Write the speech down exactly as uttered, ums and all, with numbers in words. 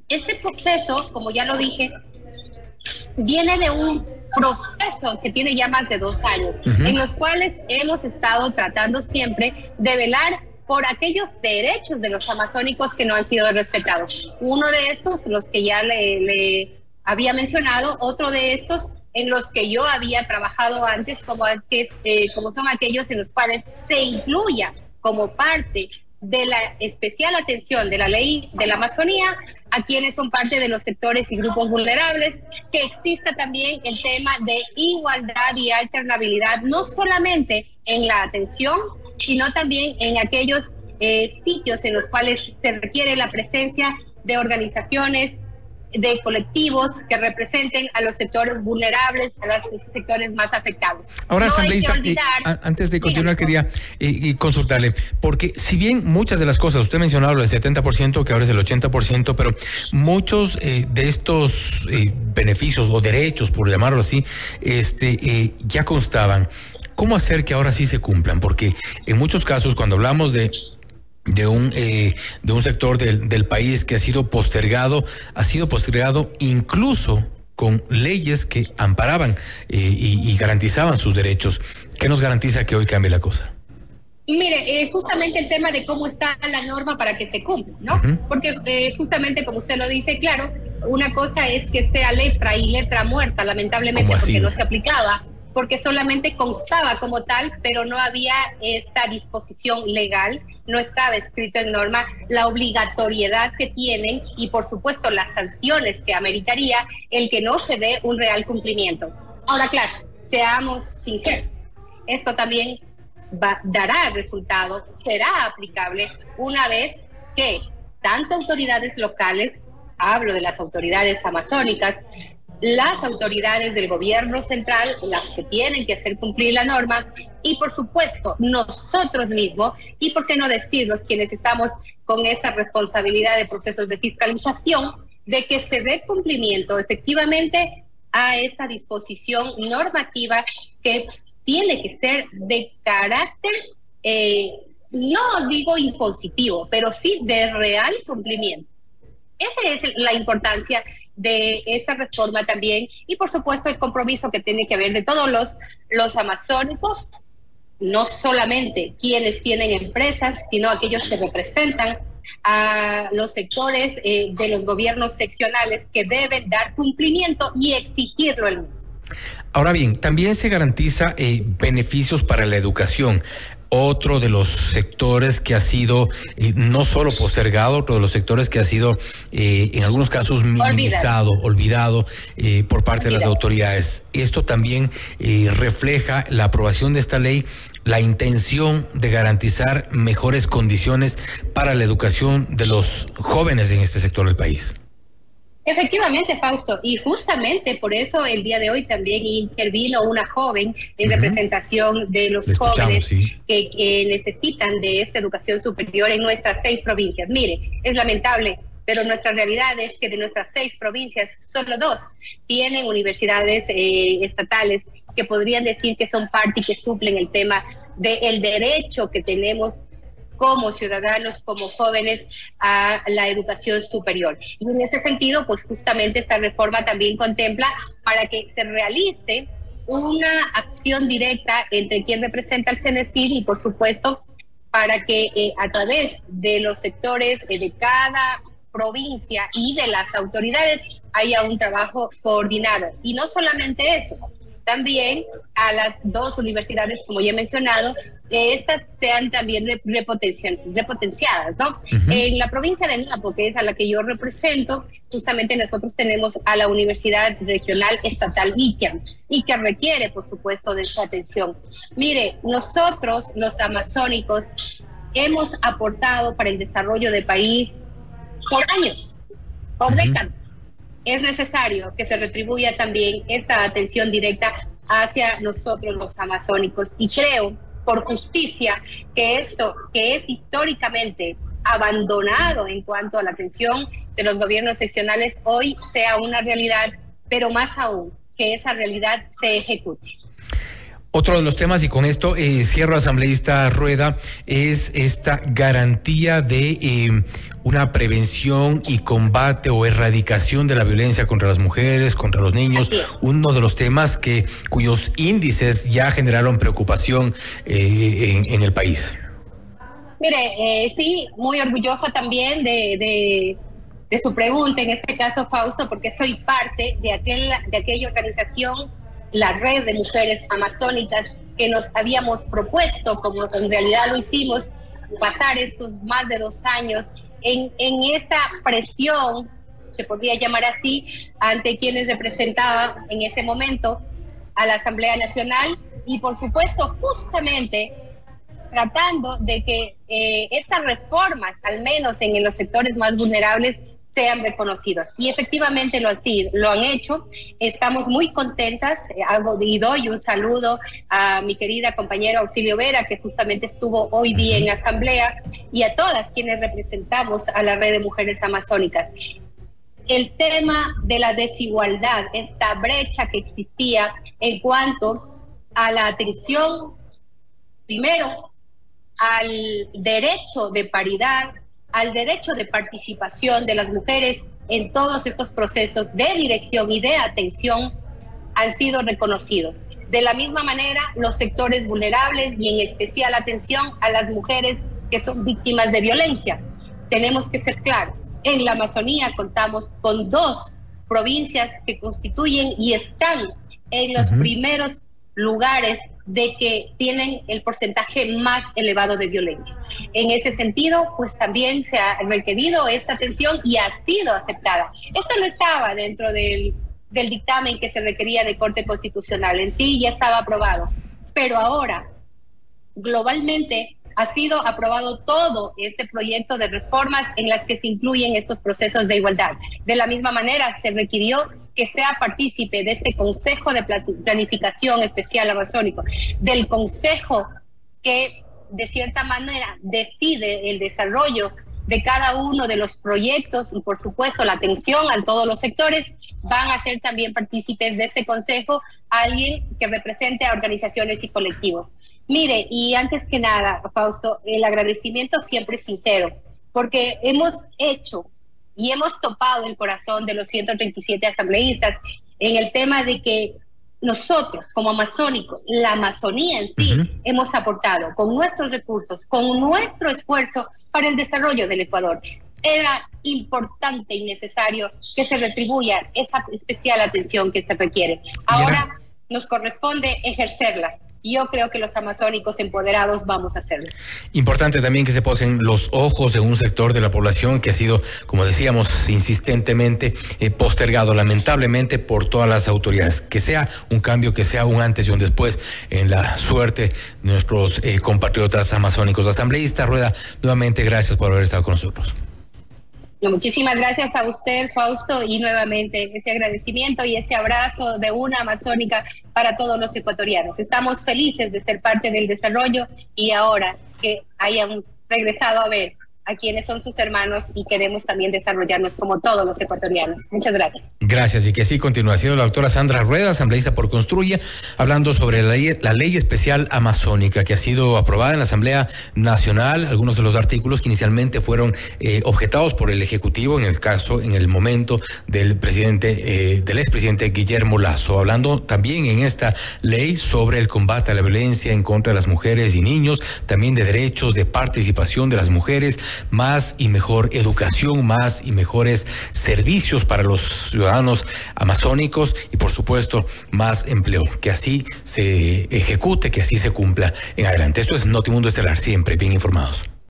Este proceso, como ya lo dije, viene de un proceso que tiene ya más de dos años, uh-huh. en los cuales hemos estado tratando siempre de velar por aquellos derechos de los amazónicos que no han sido respetados. Uno de estos, los que ya le, le había mencionado, otro de estos en los que yo había trabajado antes, como, que, eh, como son aquellos en los cuales se incluya como parte de la especial atención de la ley de la Amazonía a quienes son parte de los sectores y grupos vulnerables, que exista también el tema de igualdad y alternabilidad, no solamente en la atención, sino también en aquellos eh, sitios en los cuales se requiere la presencia de organizaciones, de colectivos que representen a los sectores vulnerables, a los sectores más afectados. Ahora, no asambleísta, olvidar, eh, antes de continuar, dígame. quería eh, consultarle, porque si bien muchas de las cosas, usted mencionaba lo del setenta por ciento, que ahora es el ochenta por ciento, pero muchos eh, de estos eh, beneficios o derechos, por llamarlo así, este, eh, ya constaban. ¿Cómo hacer que ahora sí se cumplan? Porque en muchos casos, cuando hablamos de de un eh, de un sector del, del país que ha sido postergado, ha sido postergado incluso con leyes que amparaban eh, y, y garantizaban sus derechos. ¿Qué nos garantiza que hoy cambie la cosa? Mire, eh, justamente el tema de cómo está la norma para que se cumpla, ¿no? Uh-huh. Porque eh, justamente como usted lo dice, claro, una cosa es que sea letra y letra muerta, lamentablemente, porque no se aplicaba, porque solamente constaba como tal, pero no había esta disposición legal, no estaba escrito en norma la obligatoriedad que tienen y por supuesto las sanciones que ameritaría el que no se dé un real cumplimiento. Ahora, claro, seamos sinceros, esto también va, dará resultado, será aplicable una vez que tanto autoridades locales, hablo de las autoridades amazónicas, las autoridades del gobierno central, las que tienen que hacer cumplir la norma, y por supuesto nosotros mismos, y por qué no decirnos quienes estamos con esta responsabilidad de procesos de fiscalización, de que se dé cumplimiento efectivamente a esta disposición normativa que tiene que ser de carácter, eh, no digo impositivo, pero sí de real cumplimiento. Esa es la importancia de esta reforma también, y por supuesto el compromiso que tiene que haber de todos los, los amazónicos, no solamente quienes tienen empresas, sino aquellos que representan a los sectores eh, de los gobiernos seccionales que deben dar cumplimiento y exigirlo el mismo. Ahora bien, también se garantiza eh, beneficios para la educación. Otro de los sectores que ha sido eh, no solo postergado, otro de los sectores que ha sido eh, en algunos casos minimizado, olvidado, olvidado eh, por parte olvidado. de las autoridades. Esto también eh, refleja la aprobación de esta ley, la intención de garantizar mejores condiciones para la educación de los jóvenes en este sector del país. Efectivamente, Fausto, y justamente por eso el día de hoy también intervino una joven en uh-huh. representación de los jóvenes sí. que, que necesitan de esta educación superior en nuestras seis provincias. Mire, es lamentable, pero nuestra realidad es que de nuestras seis provincias, solo dos tienen universidades eh, estatales que podrían decir que son parte y que suplen el tema del derecho que tenemos como ciudadanos, como jóvenes, a la educación superior. Y en ese sentido, pues justamente esta reforma también contempla para que se realice una acción directa entre quien representa al CENESID y, por supuesto, para que eh, a través de los sectores eh, de cada provincia y de las autoridades haya un trabajo coordinado. Y no solamente eso, también a las dos universidades, como ya he mencionado, que estas sean también repotenciadas, ¿no? Uh-huh. En la provincia de Napo, que es a la que yo represento, justamente nosotros tenemos a la Universidad Regional Estatal Iquiam, y que requiere, por supuesto, de esta atención. Mire, nosotros, los amazónicos, hemos aportado para el desarrollo del país por años, por uh-huh. décadas. Es necesario que se retribuya también esta atención directa hacia nosotros los amazónicos, y creo, por justicia, que esto que es históricamente abandonado en cuanto a la atención de los gobiernos seccionales hoy sea una realidad, pero más aún, que esa realidad se ejecute. Otro de los temas, y con esto eh, cierro, asambleísta Rueda, es esta garantía de eh, una prevención y combate o erradicación de la violencia contra las mujeres, contra los niños, uno de los temas que cuyos índices ya generaron preocupación eh, en, en el país. Mire, eh, sí, muy orgullosa también de, de, de su pregunta, en este caso, Fausto, porque soy parte de, aquel, de aquella organización, la Red de Mujeres Amazónicas, que nos habíamos propuesto, como en realidad lo hicimos, pasar estos más de dos años en, en esta presión, se podría llamar así, ante quienes representaban en ese momento a la Asamblea Nacional, y por supuesto justamente tratando de que eh, estas reformas, al menos en, en los sectores más vulnerables, sean reconocidos. Y efectivamente lo han sido, lo han hecho. Estamos muy contentas. Eh, hago, y doy un saludo a mi querida compañera Auxilio Vera, que justamente estuvo hoy día en asamblea, y a todas quienes representamos a la Red de Mujeres Amazónicas. El tema de la desigualdad, esta brecha que existía en cuanto a la atención, primero, al derecho de paridad, al derecho de participación de las mujeres en todos estos procesos de dirección y de atención, han sido reconocidos. De la misma manera, los sectores vulnerables y en especial atención a las mujeres que son víctimas de violencia. Tenemos que ser claros, en la Amazonía contamos con dos provincias que constituyen y están en los uh-huh. primeros lugares de que tienen el porcentaje más elevado de violencia. En ese sentido, pues también se ha requerido esta atención y ha sido aceptada. Esto no estaba dentro del, del dictamen que se requería de Corte Constitucional, en sí ya estaba aprobado, pero ahora globalmente ha sido aprobado todo este proyecto de reformas en las que se incluyen estos procesos de igualdad. De la misma manera, se requirió que sea partícipe de este Consejo de Planificación Especial Amazónico, del Consejo que de cierta manera decide el desarrollo de cada uno de los proyectos y por supuesto la atención a todos los sectores. Van a ser también partícipes de este consejo alguien que represente a organizaciones y colectivos. Mire, y antes que nada, Fausto, el agradecimiento siempre es sincero, porque hemos hecho y hemos topado el corazón de los ciento treinta y siete asambleístas en el tema de que nosotros, como amazónicos, la Amazonía en sí, uh-huh. hemos aportado con nuestros recursos, con nuestro esfuerzo para el desarrollo del Ecuador. Era importante y necesario que se retribuya esa especial atención que se requiere. Ahora nos corresponde ejercerla. Yo creo que los amazónicos empoderados vamos a hacerlo. Importante también que se posen los ojos de un sector de la población que ha sido, como decíamos, insistentemente eh, postergado, lamentablemente, por todas las autoridades. Que sea un cambio, que sea un antes y un después en la suerte de nuestros eh, compatriotas amazónicos. Asambleísta Rueda, nuevamente gracias por haber estado con nosotros. Muchísimas gracias a usted, Fausto, y nuevamente ese agradecimiento y ese abrazo de una amazónica para todos los ecuatorianos. Estamos felices de ser parte del desarrollo y ahora que hayan regresado a ver a quienes son sus hermanos y queremos también desarrollarnos como todos los ecuatorianos. Muchas gracias. Gracias, y que así continúe. Ha sido la doctora Sandra Rueda, asambleísta por Construye, hablando sobre la ley, la ley especial amazónica que ha sido aprobada en la Asamblea Nacional. Algunos de los artículos que inicialmente fueron eh, objetados por el Ejecutivo, en el caso, en el momento del presidente, eh, del expresidente Guillermo Lasso, hablando también en esta ley sobre el combate a la violencia en contra de las mujeres y niños, también de derechos de participación de las mujeres, más y mejor educación, más y mejores servicios para los ciudadanos amazónicos y por supuesto más empleo, que así se ejecute, que así se cumpla en adelante. Esto es Notimundo Estelar, siempre bien informados.